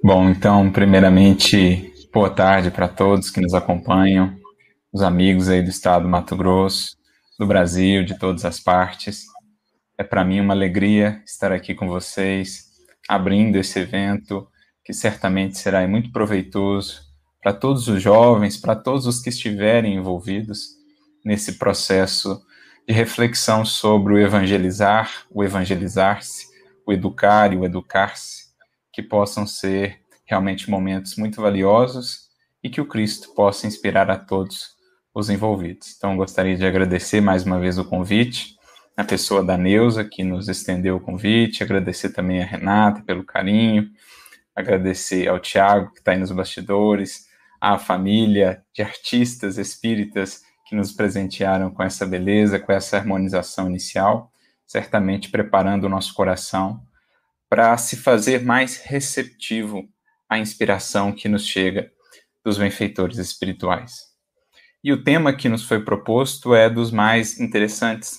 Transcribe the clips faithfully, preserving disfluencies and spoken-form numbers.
Bom, então, primeiramente, boa tarde para todos que nos acompanham, os amigos aí do estado do Mato Grosso, do Brasil, de todas as partes. É para mim uma alegria estar aqui com vocês, abrindo esse evento, que certamente será muito proveitoso para todos os jovens, para todos os que estiverem envolvidos nesse processo de reflexão sobre o evangelizar, o evangelizar-se, o educar e o educar-se, que possam ser realmente momentos muito valiosos e que o Cristo possa inspirar a todos os envolvidos. Então, gostaria de agradecer mais uma vez o convite, a pessoa da Neuza, que nos estendeu o convite, agradecer também a Renata pelo carinho, agradecer ao Tiago, que está aí nos bastidores, à família de artistas espíritas que nos presentearam com essa beleza, com essa harmonização inicial, certamente preparando o nosso coração para se fazer mais receptivo à inspiração que nos chega dos benfeitores espirituais. E o tema que nos foi proposto é dos mais interessantes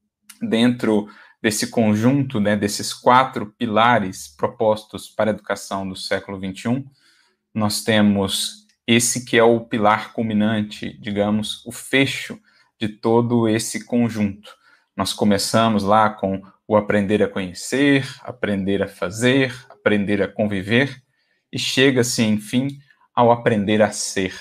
dentro desse conjunto, né, desses quatro pilares propostos para a educação do século vinte e um. Nós temos esse que é o pilar culminante, digamos, o fecho de todo esse conjunto. Nós começamos lá com o aprender a conhecer, aprender a fazer, aprender a conviver, e chega-se, enfim, ao aprender a ser,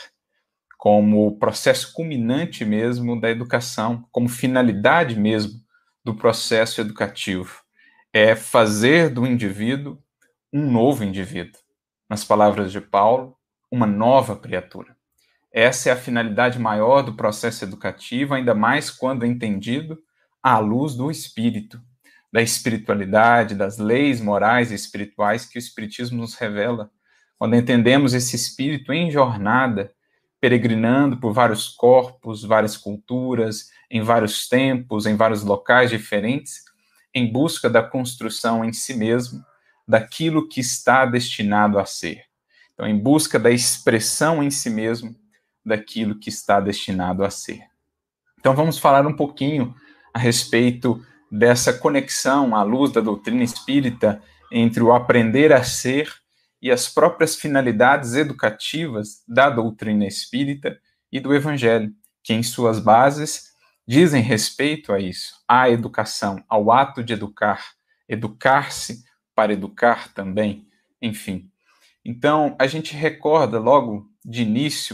como processo culminante mesmo da educação, como finalidade mesmo do processo educativo. É fazer do indivíduo um novo indivíduo. Nas palavras de Paulo, uma nova criatura. Essa é a finalidade maior do processo educativo, ainda mais quando entendido à luz do espírito, da espiritualidade, das leis morais e espirituais que o Espiritismo nos revela. Quando entendemos esse espírito em jornada, peregrinando por vários corpos, várias culturas, em vários tempos, em vários locais diferentes, em busca da construção em si mesmo, daquilo que está destinado a ser. Então, em busca da expressão em si mesmo, daquilo que está destinado a ser. Então, vamos falar um pouquinho a respeito dessa conexão à luz da doutrina espírita entre o aprender a ser e as próprias finalidades educativas da doutrina espírita e do evangelho, que em suas bases dizem respeito a isso, à educação, ao ato de educar, educar-se para educar também, enfim. Então, a gente recorda logo de início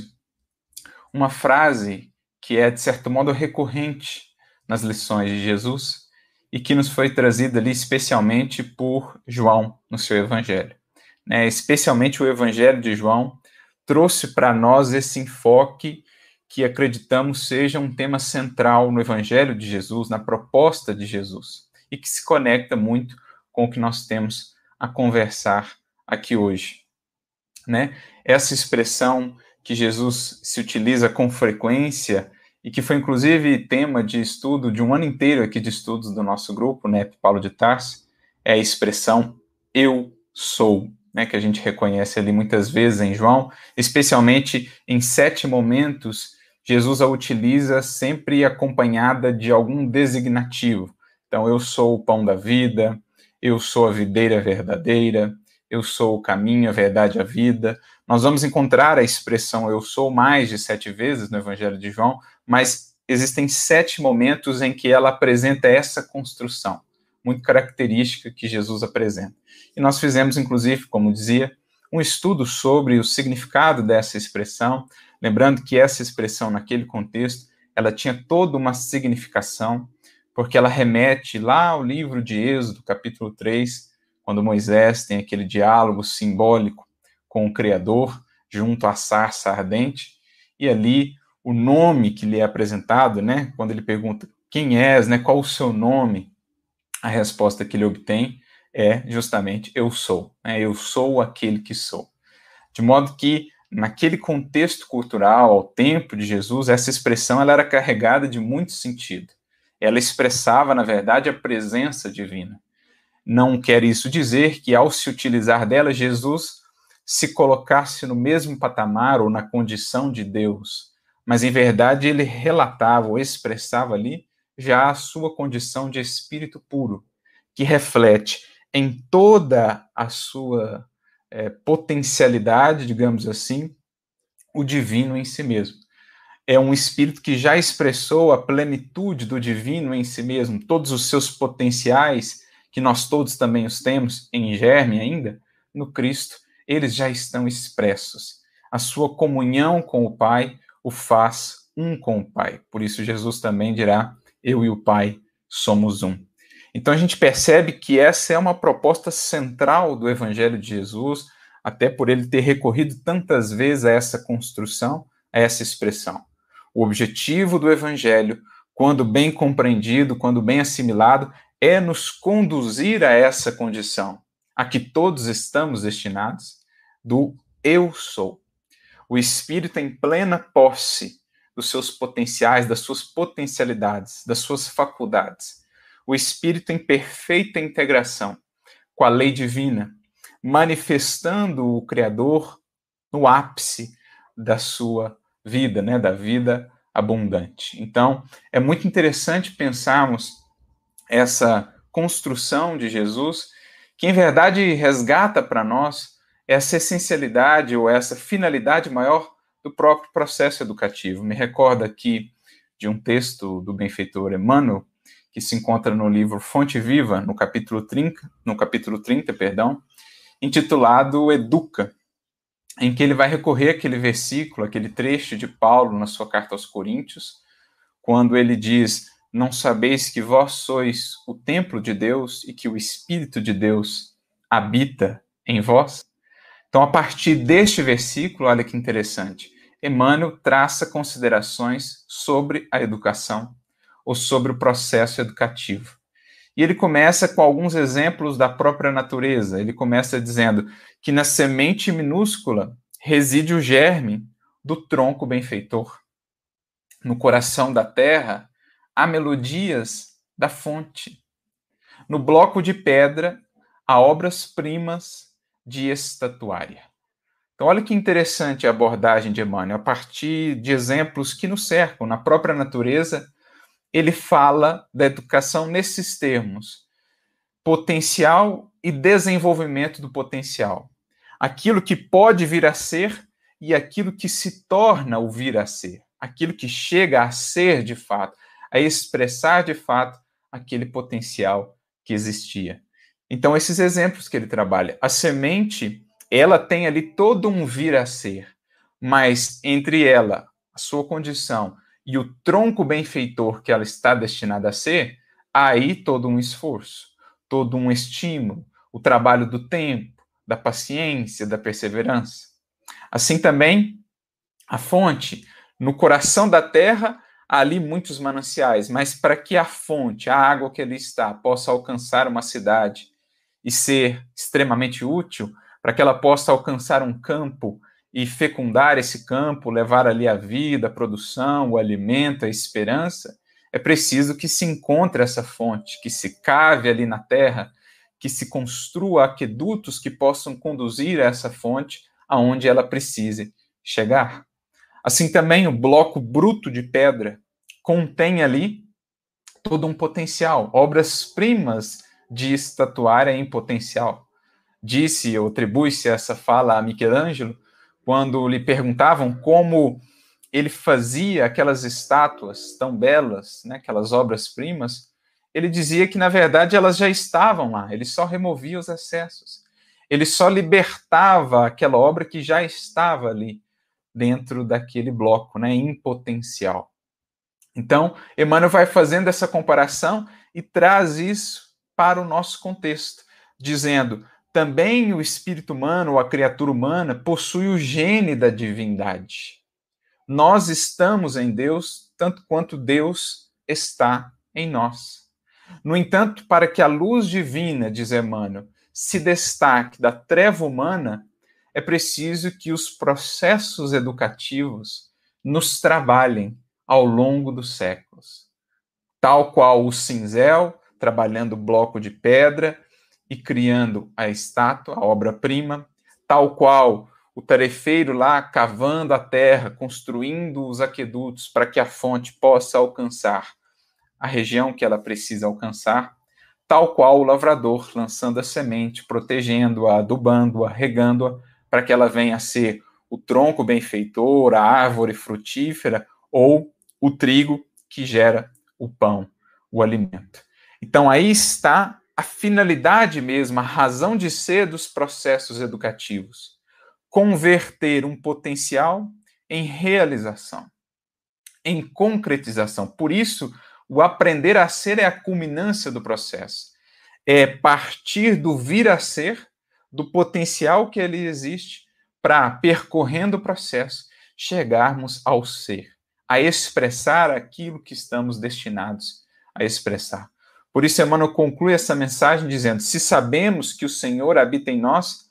uma frase que é, de certo modo, recorrente nas lições de Jesus e que nos foi trazida ali especialmente por João no seu evangelho. Né? Especialmente o evangelho de João trouxe para nós esse enfoque que acreditamos seja um tema central no evangelho de Jesus, na proposta de Jesus, e que se conecta muito com o que nós temos a conversar aqui hoje. Né? Essa expressão que Jesus se utiliza com frequência e que foi inclusive tema de estudo de um ano inteiro aqui de estudos do nosso grupo, né, Paulo de Tarso, é a expressão eu sou, né, que a gente reconhece ali muitas vezes em João, especialmente em sete momentos, Jesus a utiliza sempre acompanhada de algum designativo. Então, eu sou o pão da vida, eu sou a videira verdadeira, eu sou o caminho, a verdade e a vida. Nós vamos encontrar a expressão eu sou mais de sete vezes no Evangelho de João, mas existem sete momentos em que ela apresenta essa construção, muito característica que Jesus apresenta. E nós fizemos, inclusive, como dizia, um estudo sobre o significado dessa expressão, lembrando que essa expressão, naquele contexto, ela tinha toda uma significação, porque ela remete lá ao livro de Êxodo, capítulo três, quando Moisés tem aquele diálogo simbólico com o Criador, junto à sarça ardente, e ali o nome que lhe é apresentado, né, quando ele pergunta quem és, né, qual o seu nome, a resposta que ele obtém é justamente eu sou, né, eu sou aquele que sou. De modo que, naquele contexto cultural, ao tempo de Jesus, essa expressão ela era carregada de muito sentido. Ela expressava, na verdade, a presença divina. Não quer isso dizer que, ao se utilizar dela, Jesus se colocasse no mesmo patamar ou na condição de Deus, mas, em verdade, ele relatava ou expressava ali já a sua condição de espírito puro, que reflete em toda a sua é, potencialidade, digamos assim, o divino em si mesmo. É um espírito que já expressou a plenitude do divino em si mesmo, todos os seus potenciais, que nós todos também os temos em germe ainda, no Cristo, eles já estão expressos. A sua comunhão com o Pai o faz um com o Pai. Por isso Jesus também dirá, eu e o Pai somos um. Então a gente percebe que essa é uma proposta central do Evangelho de Jesus, até por ele ter recorrido tantas vezes a essa construção, a essa expressão. O objetivo do Evangelho, quando bem compreendido, quando bem assimilado, é nos conduzir a essa condição, a que todos estamos destinados, do eu sou. O Espírito em plena posse dos seus potenciais, das suas potencialidades, das suas faculdades. O Espírito em perfeita integração com a lei divina, manifestando o Criador no ápice da sua vida, né, da vida abundante. Então, é muito interessante pensarmos essa construção de Jesus, que em verdade resgata para nós essa essencialidade ou essa finalidade maior do próprio processo educativo. Me recorda aqui de um texto do benfeitor Emmanuel, que se encontra no livro Fonte Viva, no capítulo trinta, no capítulo trinta, perdão, intitulado Educa, em que ele vai recorrer àquele versículo, aquele trecho de Paulo na sua carta aos Coríntios, quando ele diz, não sabeis que vós sois o templo de Deus e que o Espírito de Deus habita em vós? Então, a partir deste versículo, olha que interessante, Emmanuel traça considerações sobre a educação, ou sobre o processo educativo. E ele começa com alguns exemplos da própria natureza. Ele começa dizendo que na semente minúscula reside o germe do tronco benfeitor. No coração da terra há melodias da fonte. No bloco de pedra há obras-primas de estatuária. Então, olha que interessante a abordagem de Emmanuel. A partir de exemplos que nos cercam, na própria natureza, ele fala da educação nesses termos: potencial e desenvolvimento do potencial. Aquilo que pode vir a ser e aquilo que se torna o vir a ser. Aquilo que chega a ser de fato, a expressar de fato aquele potencial que existia. Então, esses exemplos que ele trabalha. A semente, ela tem ali todo um vir a ser, mas entre ela, a sua condição, e o tronco benfeitor que ela está destinada a ser, há aí todo um esforço, todo um estímulo, o trabalho do tempo, da paciência, da perseverança. Assim também, a fonte, no coração da terra, há ali muitos mananciais, mas para que a fonte, a água que ali está, possa alcançar uma cidade e ser extremamente útil, para que ela possa alcançar um campo e fecundar esse campo, levar ali a vida, a produção, o alimento, a esperança, é preciso que se encontre essa fonte, que se cave ali na terra, que se construa aquedutos que possam conduzir a essa fonte aonde ela precise chegar. Assim também o bloco bruto de pedra contém ali todo um potencial, obras-primas de estatuária em potencial. Disse ou atribui-se essa fala a Michelangelo, quando lhe perguntavam como ele fazia aquelas estátuas tão belas, né, aquelas obras-primas, ele dizia que, na verdade, elas já estavam lá, ele só removia os excessos. Ele só libertava aquela obra que já estava ali, dentro daquele bloco, né, em potencial. Então, Emmanuel vai fazendo essa comparação e traz isso para o nosso contexto, dizendo, também o espírito humano, ou a criatura humana, possui o gene da divindade. Nós estamos em Deus, tanto quanto Deus está em nós. No entanto, para que a luz divina, diz Emmanuel, se destaque da treva humana, é preciso que os processos educativos nos trabalhem ao longo dos séculos. Tal qual o cinzel, trabalhando o bloco de pedra e criando a estátua, a obra-prima, tal qual o tarefeiro lá cavando a terra, construindo os aquedutos para que a fonte possa alcançar a região que ela precisa alcançar, tal qual o lavrador, lançando a semente, protegendo-a, adubando-a, regando-a, para que ela venha a ser o tronco benfeitor, a árvore frutífera, ou o trigo que gera o pão, o alimento. Então aí está a finalidade mesmo, a razão de ser dos processos educativos. Converter um potencial em realização, em concretização. Por isso, o aprender a ser é a culminância do processo. É partir do vir a ser, do potencial que ali existe, para, percorrendo o processo, chegarmos ao ser, a expressar aquilo que estamos destinados a expressar. Por isso, Emmanuel conclui essa mensagem dizendo: se sabemos que o Senhor habita em nós,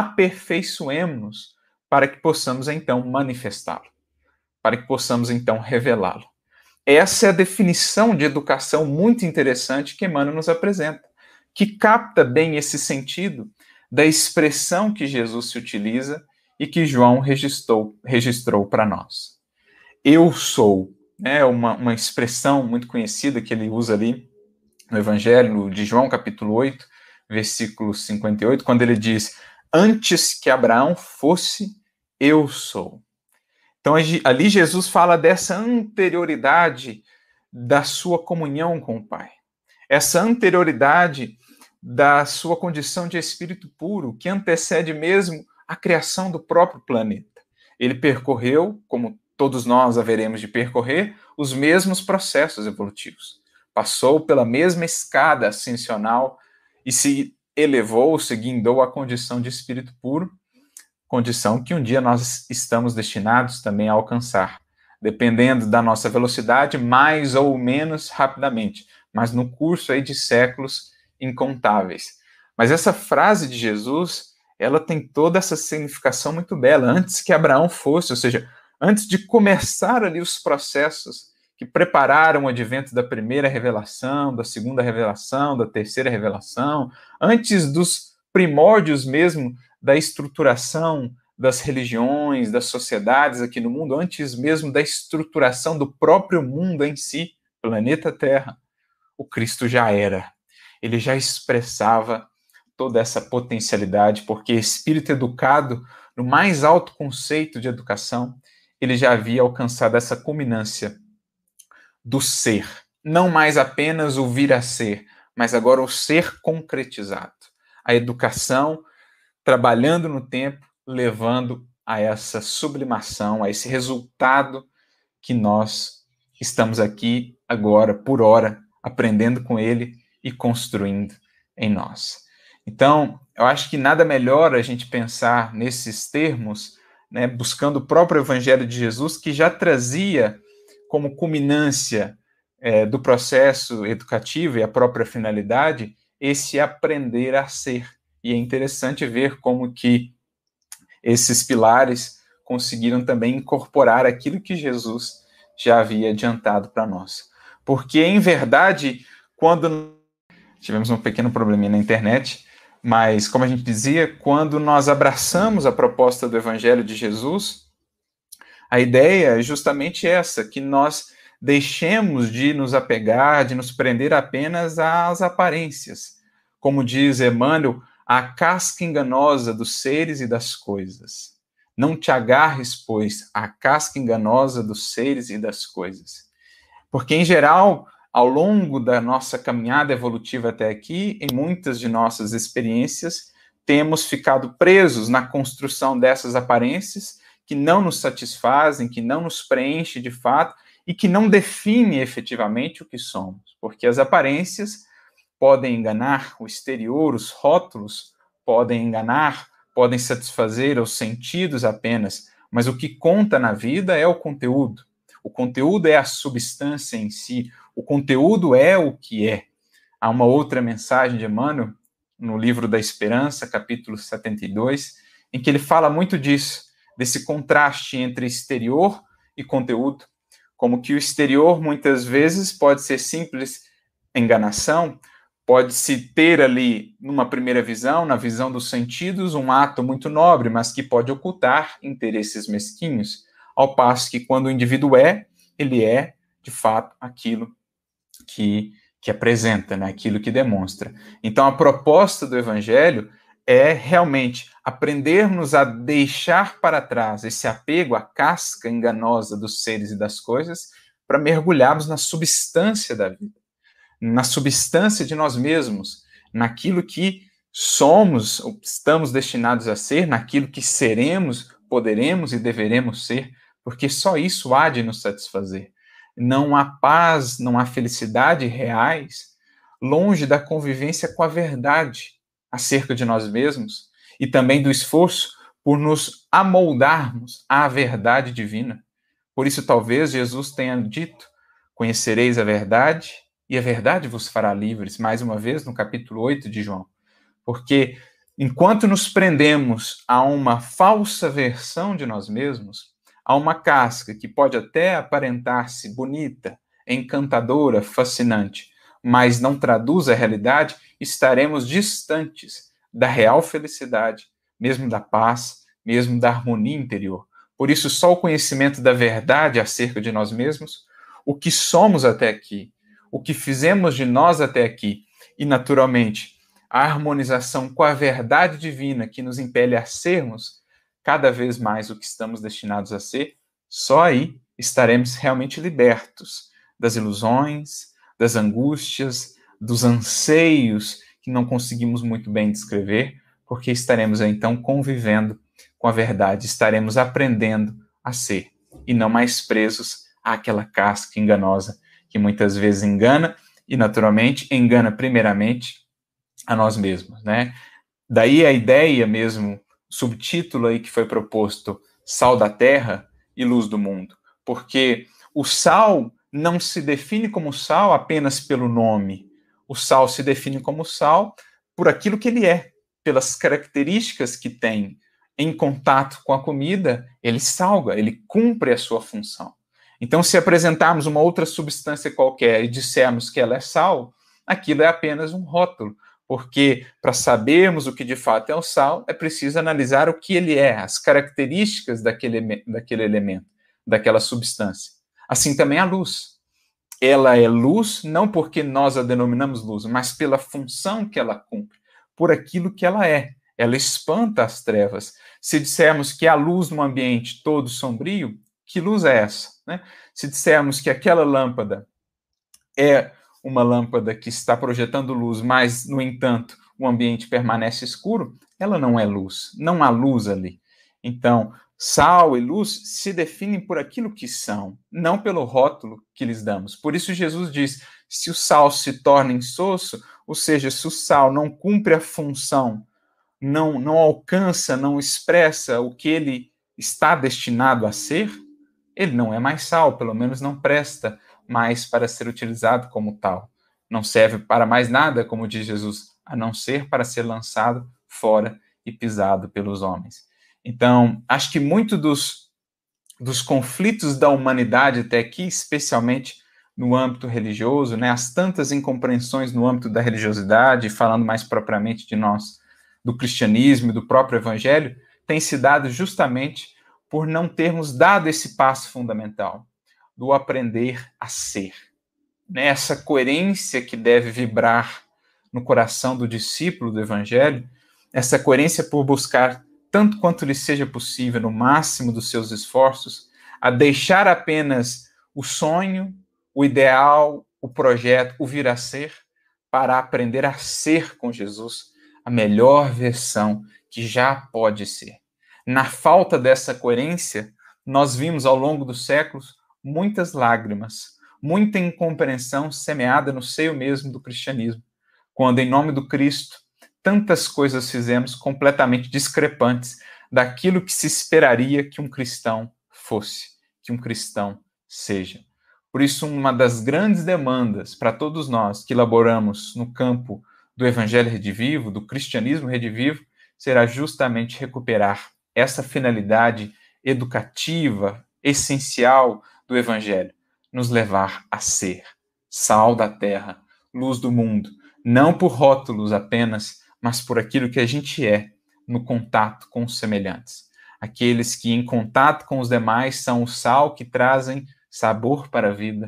aperfeiçoemo-nos para que possamos então manifestá-lo, para que possamos então revelá-lo. Essa é a definição de educação muito interessante que Emmanuel nos apresenta, que capta bem esse sentido da expressão que Jesus se utiliza e que João registrou, registrou para nós. Eu sou, é uma, uma expressão muito conhecida que ele usa ali no Evangelho de João, capítulo oito, versículo cinquenta e oito, quando ele diz: antes que Abraão fosse, eu sou. Então, ali Jesus fala dessa anterioridade da sua comunhão com o Pai. Essa anterioridade da sua condição de espírito puro, que antecede mesmo a criação do próprio planeta. Ele percorreu, como todos nós haveremos de percorrer, os mesmos processos evolutivos. Passou pela mesma escada ascensional e se elevou, se guindou à condição de espírito puro, condição que um dia nós estamos destinados também a alcançar, dependendo da nossa velocidade, mais ou menos rapidamente, mas no curso aí de séculos incontáveis. Mas essa frase de Jesus, ela tem toda essa significação muito bela, antes que Abraão fosse, ou seja, antes de começar ali os processos que prepararam o advento da primeira revelação, da segunda revelação, da terceira revelação, antes dos primórdios mesmo da estruturação das religiões, das sociedades aqui no mundo, antes mesmo da estruturação do próprio mundo em si, planeta Terra, o Cristo já era. Ele já expressava toda essa potencialidade, porque espírito educado, no mais alto conceito de educação, ele já havia alcançado essa culminância do ser. Não mais apenas o vir a ser, mas agora o ser concretizado. A educação trabalhando no tempo, levando a essa sublimação, a esse resultado que nós estamos aqui agora, por hora, aprendendo com ele e construindo em nós. Então, eu acho que nada melhor a gente pensar nesses termos, né, buscando o próprio Evangelho de Jesus, que já trazia como culminância é, do processo educativo e a própria finalidade, esse aprender a ser. E é interessante ver como que esses pilares conseguiram também incorporar aquilo que Jesus já havia adiantado para nós. Porque, em verdade, quando... Tivemos um pequeno probleminha na internet, mas, como a gente dizia, quando nós abraçamos a proposta do Evangelho de Jesus, a ideia é justamente essa, que nós deixemos de nos apegar, de nos prender apenas às aparências. Como diz Emmanuel, a casca enganosa dos seres e das coisas. Não te agarres, pois, à casca enganosa dos seres e das coisas. Porque, em geral, ao longo da nossa caminhada evolutiva até aqui, em muitas de nossas experiências, temos ficado presos na construção dessas aparências que não nos satisfazem, que não nos preenchem de fato e que não definem efetivamente o que somos. Porque as aparências podem enganar o exterior, os rótulos podem enganar, podem satisfazer os sentidos apenas, mas o que conta na vida é o conteúdo. O conteúdo é a substância em si, o conteúdo é o que é. Há uma outra mensagem de Emmanuel, no livro da Esperança, capítulo setenta e dois, em que ele fala muito disso, desse contraste entre exterior e conteúdo, como que o exterior muitas vezes pode ser simples enganação, pode-se ter ali, numa primeira visão, na visão dos sentidos, um ato muito nobre, mas que pode ocultar interesses mesquinhos, ao passo que quando o indivíduo é, ele é, de fato, aquilo que que apresenta, né, aquilo que demonstra. Então, a proposta do Evangelho é realmente aprendermos a deixar para trás esse apego à casca enganosa dos seres e das coisas para mergulharmos na substância da vida, na substância de nós mesmos, naquilo que somos, ou estamos destinados a ser, naquilo que seremos, poderemos e deveremos ser, porque só isso há de nos satisfazer. Não há paz, não há felicidade reais longe da convivência com a verdade acerca de nós mesmos e também do esforço por nos amoldarmos à verdade divina. Por isso, talvez Jesus tenha dito: conhecereis a verdade e a verdade vos fará livres, mais uma vez no capítulo oito de João. Porque enquanto nos prendemos a uma falsa versão de nós mesmos, a uma casca que pode até aparentar-se bonita, encantadora, fascinante, mas não traduz a realidade, estaremos distantes da real felicidade, mesmo da paz, mesmo da harmonia interior. Por isso, só o conhecimento da verdade acerca de nós mesmos, o que somos até aqui, o que fizemos de nós até aqui, e, naturalmente, a harmonização com a verdade divina que nos impele a sermos cada vez mais o que estamos destinados a ser, só aí estaremos realmente libertos das ilusões, das angústias, dos anseios que não conseguimos muito bem descrever, porque estaremos então convivendo com a verdade, estaremos aprendendo a ser, e não mais presos àquela casca enganosa que muitas vezes engana, e naturalmente engana primeiramente a nós mesmos, né? Daí a ideia mesmo, subtítulo aí que foi proposto, Sal da Terra e Luz do Mundo, porque o sal não se define como sal apenas pelo nome, o sal se define como sal por aquilo que ele é, pelas características que tem. Em contato com a comida, ele salga, ele cumpre a sua função. Então, se apresentarmos uma outra substância qualquer e dissermos que ela é sal, aquilo é apenas um rótulo, porque para sabermos o que de fato é o sal, é preciso analisar o que ele é, as características daquele, daquele elemento, daquela substância. Assim também a luz. Ela é luz não porque nós a denominamos luz, mas pela função que ela cumpre, por aquilo que ela é. Ela espanta as trevas. Se dissermos que há luz num ambiente todo sombrio, que luz é essa? Né? Se dissermos que aquela lâmpada é uma lâmpada que está projetando luz, mas, no entanto, o ambiente permanece escuro, ela não é luz, não há luz ali. Então, sal e luz se definem por aquilo que são, não pelo rótulo que lhes damos. Por isso Jesus diz, se o sal se torna insosso, ou seja, se o sal não cumpre a função, não, não alcança, não expressa o que ele está destinado a ser, ele não é mais sal, pelo menos não presta mais para ser utilizado como tal. Não serve para mais nada, como diz Jesus, a não ser para ser lançado fora e pisado pelos homens. Então, acho que muito dos, dos conflitos da humanidade até aqui, especialmente no âmbito religioso, né, as tantas incompreensões no âmbito da religiosidade, falando mais propriamente de nós, do cristianismo e do próprio evangelho, tem se dado justamente por não termos dado esse passo fundamental, do aprender a ser. Essa coerência que deve vibrar no coração do discípulo do evangelho, essa coerência por buscar, tanto quanto lhe seja possível, no máximo dos seus esforços, a deixar apenas o sonho, o ideal, o projeto, o vir a ser, para aprender a ser com Jesus a melhor versão que já pode ser. Na falta dessa coerência, nós vimos ao longo dos séculos muitas lágrimas, muita incompreensão semeada no seio mesmo do cristianismo, quando, em nome do Cristo, tantas coisas fizemos completamente discrepantes daquilo que se esperaria que um cristão fosse, que um cristão seja. Por isso, uma das grandes demandas para todos nós que laboramos no campo do Evangelho Redivivo, do cristianismo redivivo, será justamente recuperar essa finalidade educativa, essencial do Evangelho, nos levar a ser sal da terra, luz do mundo, não por rótulos apenas, mas por aquilo que a gente é no contato com os semelhantes. Aqueles que em contato com os demais são o sal que trazem sabor para a vida,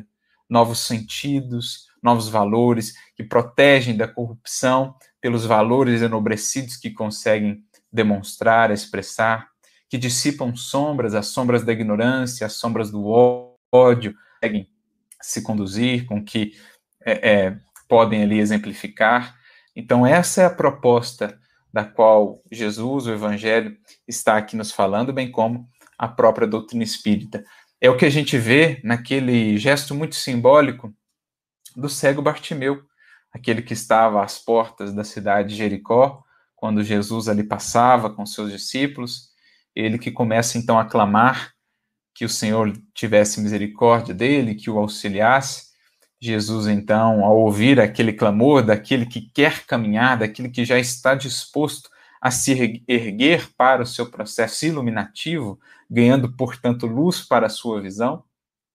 novos sentidos, novos valores, que protegem da corrupção pelos valores enobrecidos que conseguem demonstrar, expressar, que dissipam sombras, as sombras da ignorância, as sombras do ódio, conseguem se conduzir, com que é, é, podem ali exemplificar. Então, essa é a proposta da qual Jesus, o Evangelho, está aqui nos falando, bem como a própria doutrina espírita. É o que a gente vê naquele gesto muito simbólico do cego Bartimeu, aquele que estava às portas da cidade de Jericó, quando Jesus ali passava com seus discípulos, ele que começa então a clamar que o Senhor tivesse misericórdia dele, que o auxiliasse. Jesus, então, ao ouvir aquele clamor daquele que quer caminhar, daquele que já está disposto a se erguer para o seu processo iluminativo, ganhando, portanto, luz para a sua visão,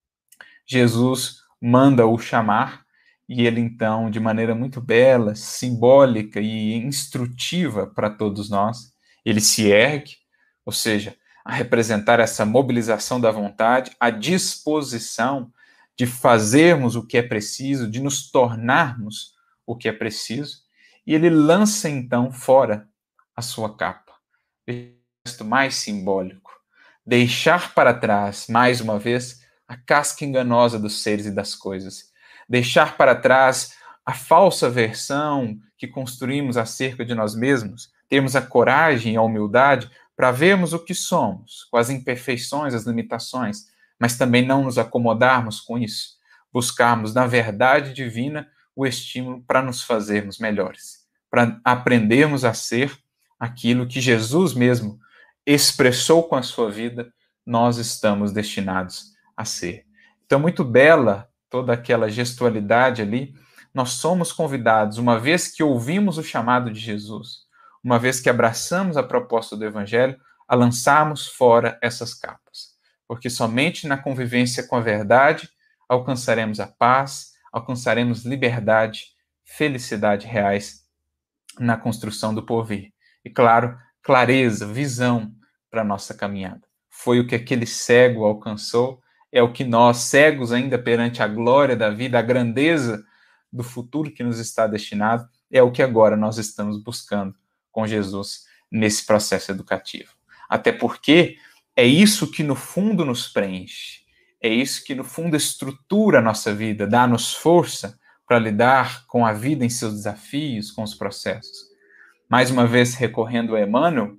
Jesus manda-o chamar, e ele, então, de maneira muito bela, simbólica e instrutiva para todos nós, ele se ergue, ou seja, a representar essa mobilização da vontade, a disposição de fazermos o que é preciso, de nos tornarmos o que é preciso, e ele lança, então, fora a sua capa. O gesto mais simbólico. Deixar para trás, mais uma vez, a casca enganosa dos seres e das coisas. Deixar para trás a falsa versão que construímos acerca de nós mesmos, termos a coragem e a humildade para vermos o que somos, com as imperfeições, as limitações, mas também não nos acomodarmos com isso, buscarmos na verdade divina o estímulo para nos fazermos melhores, para aprendermos a ser aquilo que Jesus mesmo expressou com a sua vida, nós estamos destinados a ser. Então, muito bela toda aquela gestualidade ali. Nós somos convidados, uma vez que ouvimos o chamado de Jesus, uma vez que abraçamos a proposta do Evangelho, a lançarmos fora essas capas. Porque somente na convivência com a verdade alcançaremos a paz, alcançaremos liberdade, felicidade reais na construção do porvir. E, claro, clareza, visão para a nossa caminhada. Foi o que aquele cego alcançou, é o que nós, cegos ainda perante a glória da vida, a grandeza do futuro que nos está destinado, é o que agora nós estamos buscando com Jesus nesse processo educativo. Até porque é isso que no fundo nos preenche, é isso que no fundo estrutura a nossa vida, dá-nos força para lidar com a vida em seus desafios, com os processos. Mais uma vez, recorrendo a Emmanuel,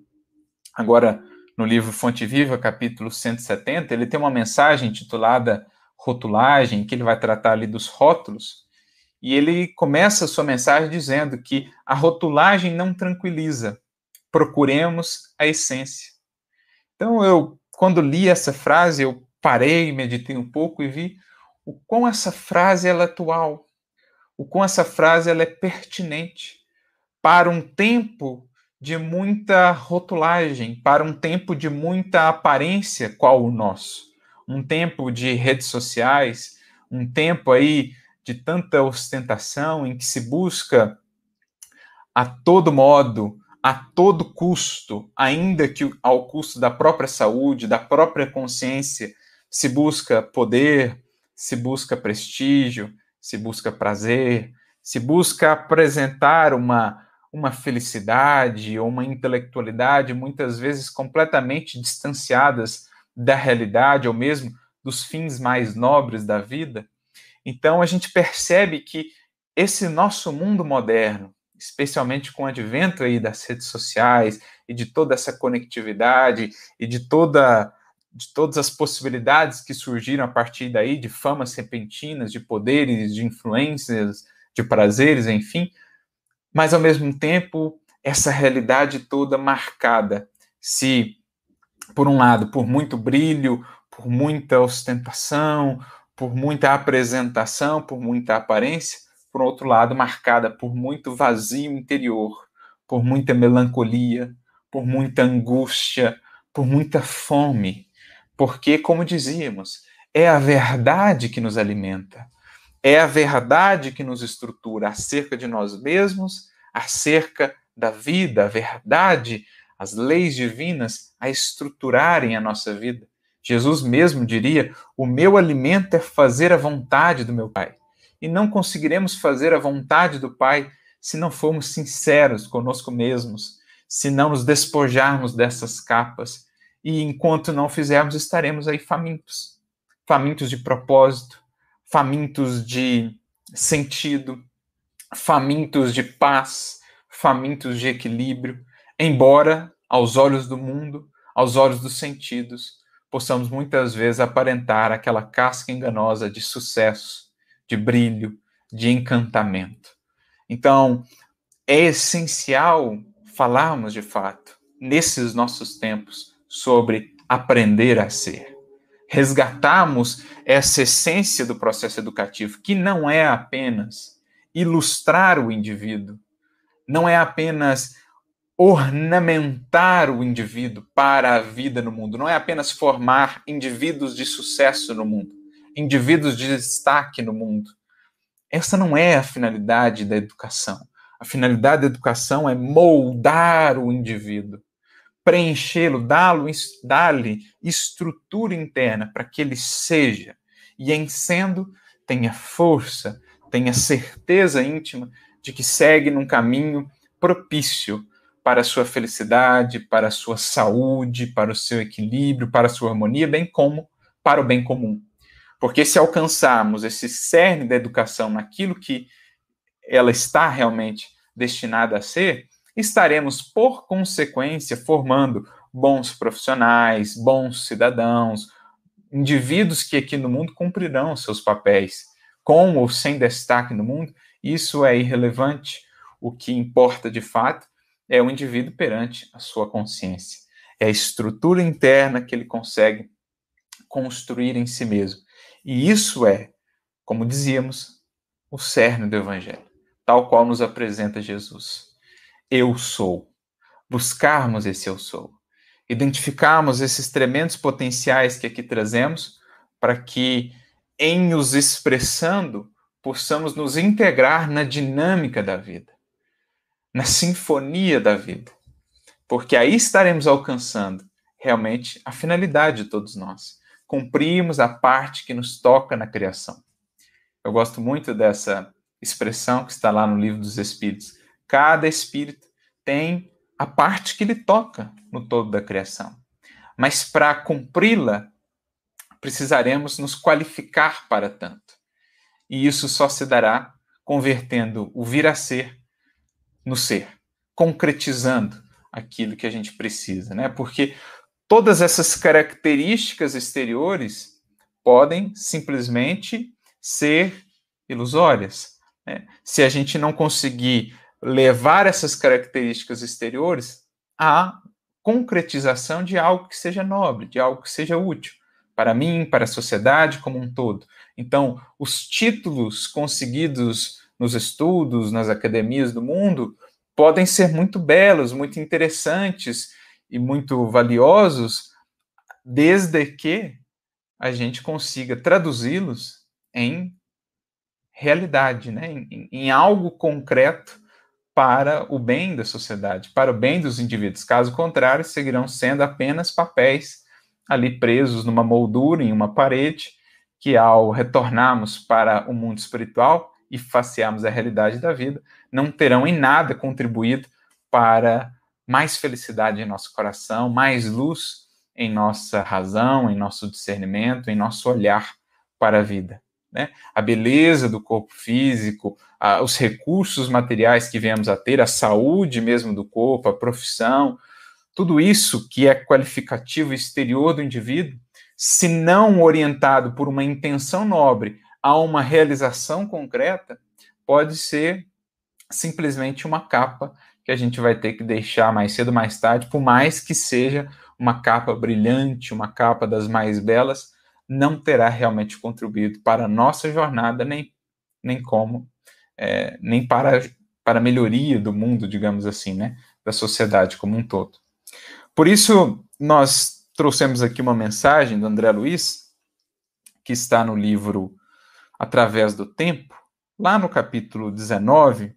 agora no livro Fonte Viva, capítulo cento e setenta, ele tem uma mensagem intitulada Rotulagem, que ele vai tratar ali dos rótulos, e ele começa a sua mensagem dizendo que a rotulagem não tranquiliza, procuremos a essência. Então, eu, quando li essa frase, eu parei, meditei um pouco e vi o quão essa frase ela é atual, o quão essa frase ela é pertinente para um tempo de muita rotulagem, para um tempo de muita aparência, qual o nosso. Um tempo de redes sociais, um tempo aí de tanta ostentação, em que se busca a todo modo, a todo custo, ainda que ao custo da própria saúde, da própria consciência, se busca poder, se busca prestígio, se busca prazer, se busca apresentar uma, uma felicidade ou uma intelectualidade muitas vezes completamente distanciadas da realidade ou mesmo dos fins mais nobres da vida. Então a gente percebe que esse nosso mundo moderno, especialmente com o advento aí das redes sociais e de toda essa conectividade e de, toda, de todas as possibilidades que surgiram a partir daí, de famas repentinas, de poderes, de influências, de prazeres, enfim, mas ao mesmo tempo essa realidade toda marcada, se por um lado por muito brilho, por muita ostentação, por muita apresentação, por muita aparência, por outro lado, marcada por muito vazio interior, por muita melancolia, por muita angústia, por muita fome. Porque, como dizíamos, é a verdade que nos alimenta, é a verdade que nos estrutura acerca de nós mesmos, acerca da vida, a verdade, as leis divinas a estruturarem a nossa vida. Jesus mesmo diria: o meu alimento é fazer a vontade do meu Pai. E não conseguiremos fazer a vontade do Pai se não formos sinceros conosco mesmos, se não nos despojarmos dessas capas. E enquanto não fizermos, estaremos aí famintos. Famintos de propósito, famintos de sentido, famintos de paz, famintos de equilíbrio, embora, aos olhos do mundo, aos olhos dos sentidos, possamos muitas vezes aparentar aquela casca enganosa de sucesso, de brilho, de encantamento. Então, é essencial falarmos de fato, nesses nossos tempos, sobre aprender a ser. Resgatarmos essa essência do processo educativo, que não é apenas ilustrar o indivíduo, não é apenas ornamentar o indivíduo para a vida no mundo, não é apenas formar indivíduos de sucesso no mundo, indivíduos de destaque no mundo. Essa não é a finalidade da educação. A finalidade da educação é moldar o indivíduo, preenchê-lo, dá-lo, dá-lhe estrutura interna para que ele seja, e em sendo, tenha força, tenha certeza íntima de que segue num caminho propício para a sua felicidade, para a sua saúde, para o seu equilíbrio, para a sua harmonia, bem como para o bem comum. Porque se alcançarmos esse cerne da educação naquilo que ela está realmente destinada a ser, estaremos, por consequência, formando bons profissionais, bons cidadãos, indivíduos que aqui no mundo cumprirão seus papéis, com ou sem destaque no mundo. Isso é irrelevante. O que importa, de fato, é o indivíduo perante a sua consciência. É a estrutura interna que ele consegue construir em si mesmo. E isso é, como dizíamos, o cerne do Evangelho, tal qual nos apresenta Jesus. Eu sou. Buscarmos esse eu sou. Identificarmos esses tremendos potenciais que aqui trazemos para que, em nos expressando, possamos nos integrar na dinâmica da vida, na sinfonia da vida. Porque aí estaremos alcançando realmente a finalidade de todos nós. Cumprimos a parte que nos toca na criação. Eu gosto muito dessa expressão que está lá no Livro dos Espíritos. Cada espírito tem a parte que lhe toca no todo da criação. Mas para cumpri-la, precisaremos nos qualificar para tanto. E isso só se dará convertendo o vir a ser no ser, concretizando aquilo que a gente precisa, né? Porque todas essas características exteriores podem simplesmente ser ilusórias, né? Se a gente não conseguir levar essas características exteriores à concretização de algo que seja nobre, de algo que seja útil para mim, para a sociedade como um todo. Então, os títulos conseguidos nos estudos, nas academias do mundo, podem ser muito belos, muito interessantes e muito valiosos, desde que a gente consiga traduzi-los em realidade, né? em, em algo concreto para o bem da sociedade, para o bem dos indivíduos. Caso contrário, seguirão sendo apenas papéis ali presos numa moldura, em uma parede, que ao retornarmos para o mundo espiritual e facearmos a realidade da vida, não terão em nada contribuído para mais felicidade em nosso coração, mais luz em nossa razão, em nosso discernimento, em nosso olhar para a vida. Né? A beleza do corpo físico, a, os recursos materiais que viemos a ter, a saúde mesmo do corpo, a profissão, tudo isso que é qualificativo exterior do indivíduo, se não orientado por uma intenção nobre a uma realização concreta, pode ser simplesmente uma capa que a gente vai ter que deixar mais cedo ou mais tarde, por mais que seja uma capa brilhante, uma capa das mais belas, não terá realmente contribuído para a nossa jornada, nem, nem como, é, nem para, para a melhoria do mundo, digamos assim, né, da sociedade como um todo. Por isso, nós trouxemos aqui uma mensagem do André Luiz, que está no livro Através do Tempo, lá no capítulo dezenove,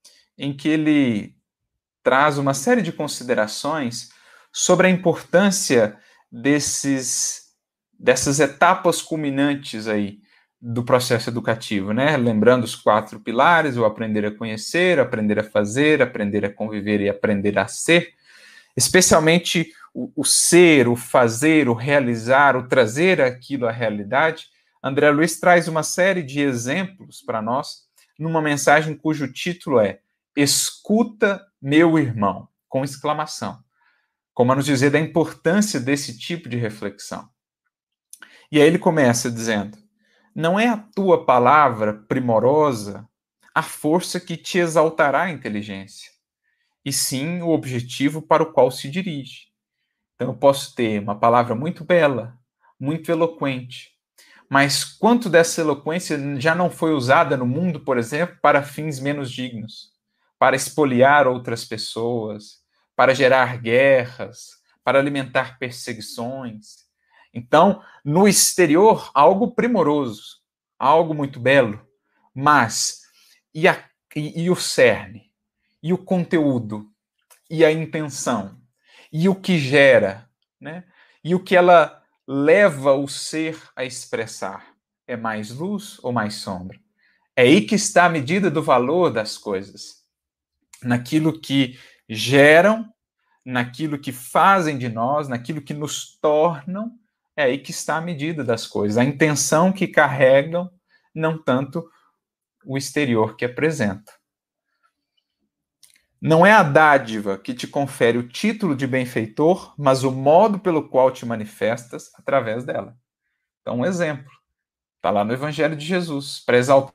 em que ele traz uma série de considerações sobre a importância desses dessas etapas culminantes aí do processo educativo, né? Lembrando os quatro pilares: o aprender a conhecer, aprender a fazer, aprender a conviver e aprender a ser. Especialmente o, o ser, o fazer, o realizar, o trazer aquilo à realidade. André Luiz traz uma série de exemplos para nós, numa mensagem cujo título é "Escuta, meu irmão", com exclamação, como a nos dizer da importância desse tipo de reflexão. E aí ele começa dizendo: não é a tua palavra primorosa a força que te exaltará a inteligência, e sim o objetivo para o qual se dirige. Então eu posso ter uma palavra muito bela, muito eloquente, mas quanto dessa eloquência já não foi usada no mundo, por exemplo, para fins menos dignos, para espoliar outras pessoas, para gerar guerras, para alimentar perseguições. Então, no exterior, algo primoroso, algo muito belo, mas e, a, e, e o cerne, e o conteúdo, e a intenção, e o que gera, né? E o que ela leva o ser a expressar? É mais luz ou mais sombra? É aí que está a medida do valor das coisas. Naquilo que geram, naquilo que fazem de nós, naquilo que nos tornam, é aí que está a medida das coisas. A intenção que carregam, não tanto o exterior que apresenta. Não é a dádiva que te confere o título de benfeitor, mas o modo pelo qual te manifestas através dela. Então, um exemplo. Está lá no Evangelho de Jesus, para exaltar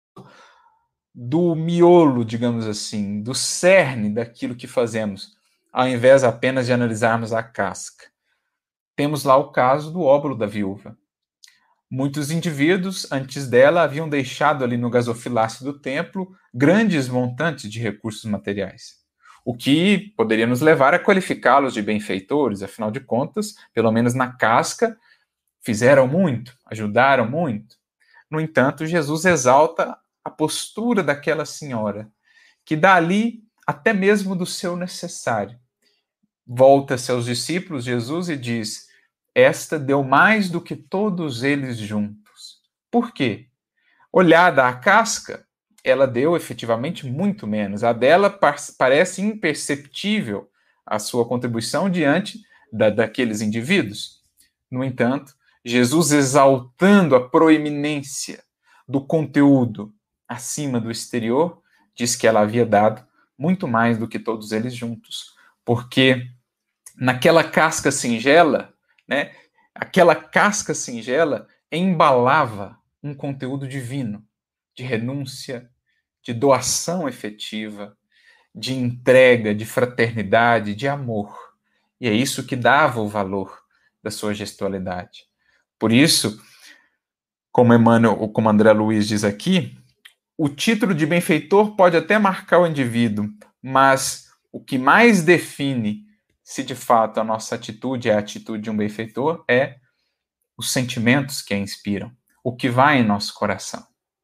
do miolo, digamos assim, do cerne daquilo que fazemos, ao invés apenas de analisarmos a casca. Temos lá o caso do óbolo da viúva. Muitos indivíduos, antes dela, haviam deixado ali no gasofilácio do templo grandes montantes de recursos materiais, o que poderia nos levar a qualificá-los de benfeitores. Afinal de contas, pelo menos na casca, fizeram muito, ajudaram muito. No entanto, Jesus exalta a postura daquela senhora, que dá ali até mesmo do seu necessário. Volta-se aos discípulos, Jesus, e diz: esta deu mais do que todos eles juntos. Por quê? Olhada a casca, ela deu efetivamente muito menos. A dela parece imperceptível a sua contribuição diante da, daqueles indivíduos. No entanto, Jesus, exaltando a proeminência do conteúdo acima do exterior, diz que ela havia dado muito mais do que todos eles juntos. Porque naquela casca singela, né, aquela casca singela embalava um conteúdo divino, de renúncia, de doação efetiva, de entrega, de fraternidade, de amor. E é isso que dava o valor da sua gestualidade. Por isso, como Emmanuel, ou como André Luiz diz aqui, o título de benfeitor pode até marcar o indivíduo, mas o que mais define se de fato a nossa atitude é a atitude de um benfeitor é os sentimentos que a inspiram, o que vai em nosso coração,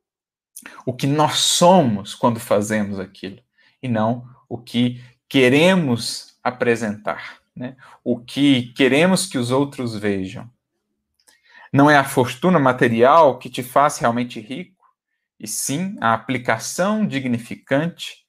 o que nós somos quando fazemos aquilo, e não o que queremos apresentar, né? O que queremos que os outros vejam. Não é a fortuna material que te faz realmente rico, e sim a aplicação dignificante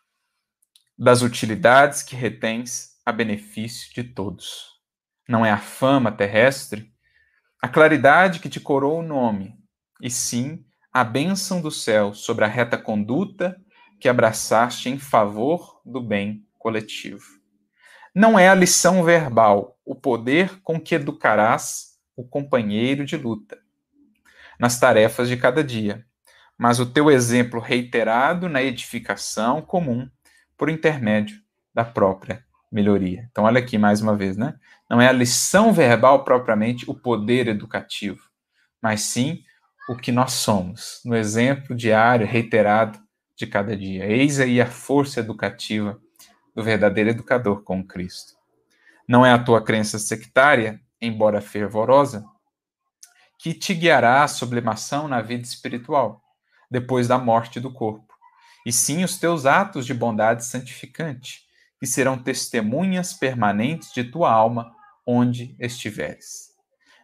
das utilidades que retens a benefício de todos. Não é a fama terrestre, a claridade que te coroa o nome, e sim a bênção do céu sobre a reta conduta que abraçaste em favor do bem coletivo. Não é a lição verbal, o poder com que educarás o companheiro de luta nas tarefas de cada dia, mas o teu exemplo reiterado na edificação comum por intermédio da própria melhoria. Então, olha aqui mais uma vez, né? Não é a lição verbal propriamente o poder educativo, mas sim o que nós somos, no exemplo diário, reiterado de cada dia. Eis aí a força educativa do verdadeiro educador com Cristo. Não é a tua crença sectária, embora fervorosa, que te guiará à sublimação na vida espiritual, depois da morte do corpo, e sim os teus atos de bondade santificante, que serão testemunhas permanentes de tua alma onde estiveres.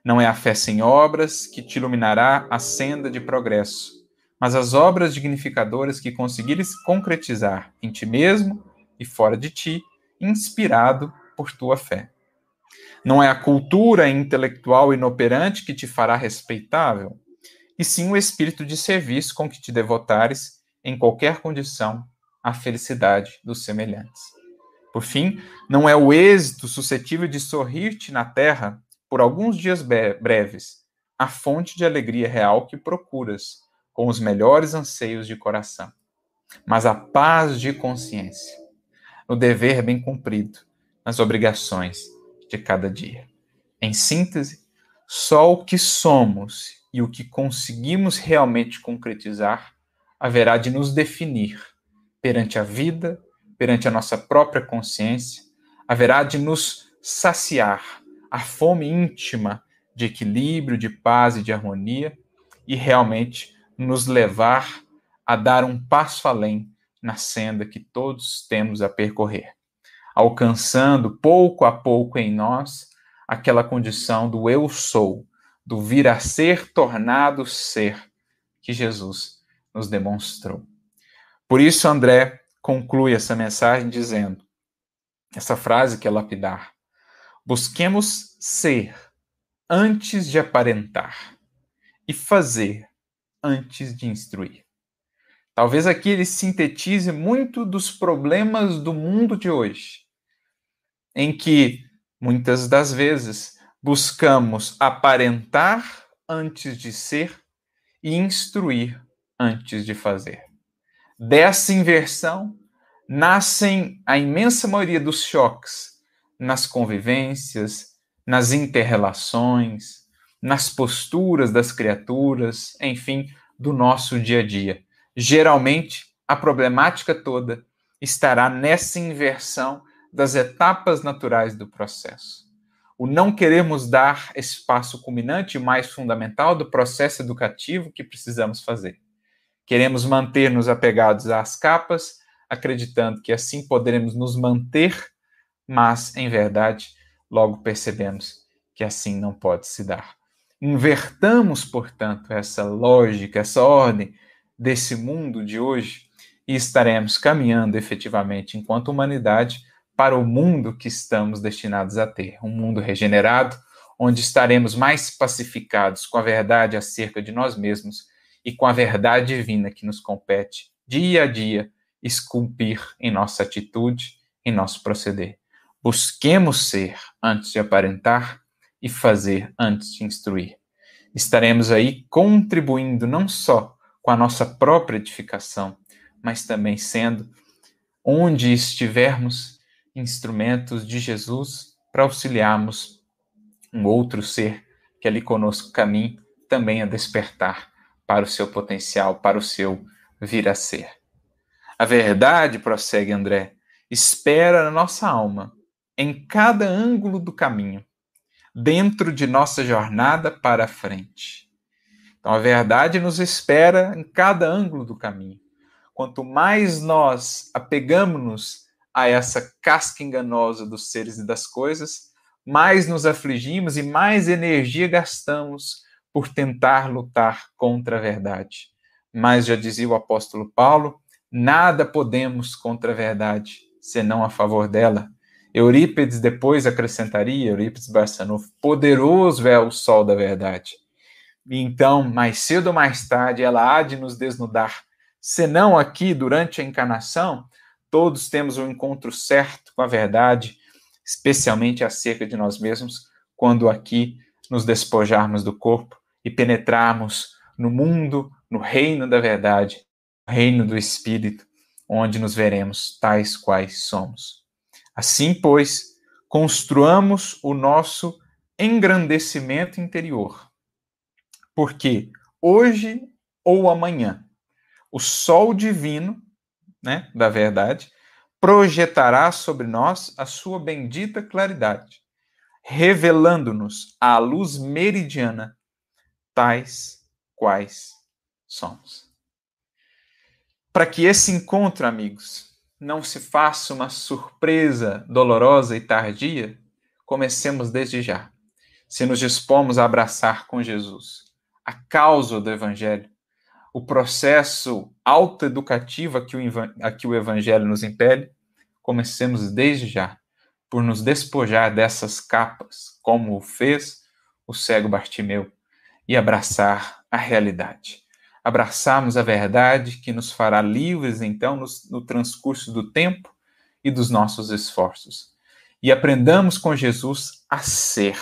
Não é a fé sem obras que te iluminará a senda de progresso, mas as obras dignificadoras que conseguires concretizar em ti mesmo e fora de ti, inspirado por tua fé. Não é a cultura intelectual inoperante que te fará respeitável, e sim o espírito de serviço com que te devotares, em qualquer condição, à felicidade dos semelhantes. Por fim, não é o êxito suscetível de sorrir-te na terra por alguns dias breves, a fonte de alegria real que procuras, com os melhores anseios de coração, mas a paz de consciência, no dever bem cumprido, nas obrigações de cada dia. Em síntese, só o que somos e o que conseguimos realmente concretizar haverá de nos definir perante a vida, perante a nossa própria consciência, haverá de nos saciar a fome íntima de equilíbrio, de paz e de harmonia e realmente nos levar a dar um passo além na senda que todos temos a percorrer, alcançando pouco a pouco em nós aquela condição do eu sou, do vir a ser tornado ser que Jesus nos demonstrou. Por isso, André conclui essa mensagem dizendo, essa frase que é lapidar: busquemos ser antes de aparentar e fazer antes de instruir. Talvez aqui ele sintetize muito dos problemas do mundo de hoje, em que, muitas das vezes, buscamos aparentar antes de ser e instruir antes de fazer. Dessa inversão, nascem a imensa maioria dos choques nas convivências, nas interrelações, nas posturas das criaturas, enfim, do nosso dia a dia. Geralmente, a problemática toda estará nessa inversão das etapas naturais do processo. O não queremos dar espaço culminante e mais fundamental do processo educativo que precisamos fazer. Queremos manter-nos apegados às capas, acreditando que assim poderemos nos manter, mas, em verdade, logo percebemos que assim não pode se dar. Invertamos, portanto, essa lógica, essa ordem desse mundo de hoje e estaremos caminhando efetivamente, enquanto humanidade, para o mundo que estamos destinados a ter, um mundo regenerado, onde estaremos mais pacificados com a verdade acerca de nós mesmos e com a verdade divina que nos compete, dia a dia, esculpir em nossa atitude, em nosso proceder. Busquemos ser antes de aparentar e fazer antes de instruir. Estaremos aí contribuindo não só com a nossa própria edificação, mas também sendo, onde estivermos, instrumentos de Jesus para auxiliarmos um outro ser que ali conosco caminhe também a despertar para o seu potencial, para o seu vir a ser. A verdade, prossegue André, espera na nossa alma, em cada ângulo do caminho, dentro de nossa jornada para a frente. Então, a verdade nos espera em cada ângulo do caminho. Quanto mais nós apegamos-nos a essa casca enganosa dos seres e das coisas, mais nos afligimos e mais energia gastamos por tentar lutar contra a verdade. Mas, já dizia o apóstolo Paulo, nada podemos contra a verdade, senão a favor dela. Eurípides depois acrescentaria, Eurípides Barçanufo, poderoso é o sol da verdade. E então, mais cedo ou mais tarde, ela há de nos desnudar. Senão aqui, durante a encarnação, todos temos um encontro certo com a verdade, especialmente acerca de nós mesmos, quando aqui nos despojarmos do corpo e penetrarmos no mundo, no reino da verdade, no reino do Espírito, onde nos veremos tais quais somos. Assim, pois, construamos o nosso engrandecimento interior, porque hoje ou amanhã, o sol divino, né, da verdade, projetará sobre nós a sua bendita claridade, revelando-nos a luz meridiana, tais quais somos. Para que esse encontro, amigos, não se faça uma surpresa dolorosa e tardia, comecemos desde já. se nos dispomos a abraçar com Jesus a causa do Evangelho, o processo autoeducativo a que o, a que o Evangelho nos impele, comecemos desde já por nos despojar dessas capas, como o fez o cego Bartimeu, e abraçar a realidade. Abraçarmos a verdade que nos fará livres, então, no, no transcurso do tempo e dos nossos esforços. E aprendamos com Jesus a ser,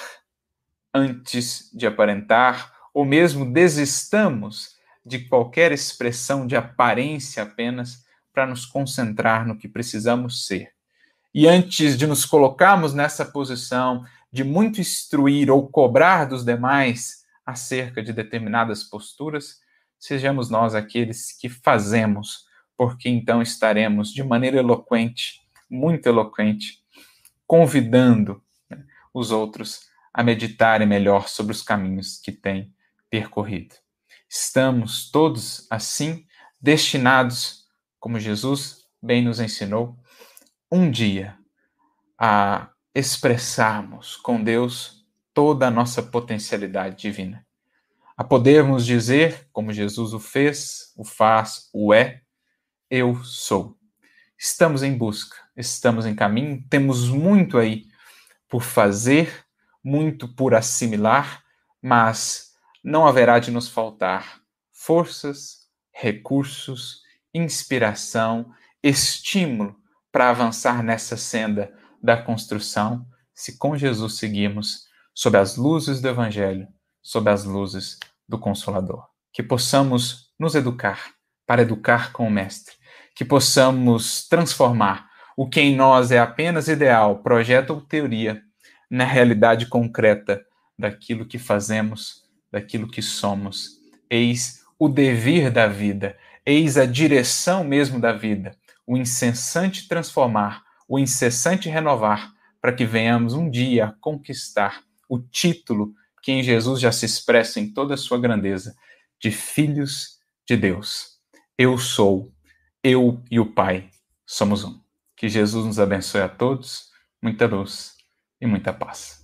antes de aparentar, ou mesmo desistamos de qualquer expressão de aparência apenas para nos concentrar no que precisamos ser. E antes de nos colocarmos nessa posição de muito instruir ou cobrar dos demais acerca de determinadas posturas, sejamos nós aqueles que fazemos, porque então estaremos de maneira eloquente, muito eloquente, convidando, né, os outros a meditarem melhor sobre os caminhos que têm percorrido. Estamos todos, assim, destinados, como Jesus bem nos ensinou, um dia a expressarmos com Deus toda a nossa potencialidade divina. A podermos dizer, como Jesus o fez, o faz, o é, eu sou. Estamos em busca, estamos em caminho, temos muito aí por fazer, muito por assimilar, mas não haverá de nos faltar forças, recursos, inspiração, estímulo para avançar nessa senda da construção, se com Jesus seguirmos sob as luzes do Evangelho, sob as luzes do Consolador. Que possamos nos educar para educar com o Mestre, que possamos transformar o que em nós é apenas ideal, projeto ou teoria, na realidade concreta daquilo que fazemos, daquilo que somos. Eis o devir da vida, eis a direção mesmo da vida, o incessante transformar, o incessante renovar, para que venhamos um dia a conquistar o título que em Jesus já se expressa em toda a sua grandeza, de filhos de Deus. Eu sou, eu e o Pai somos um. Que Jesus nos abençoe a todos, muita luz e muita paz.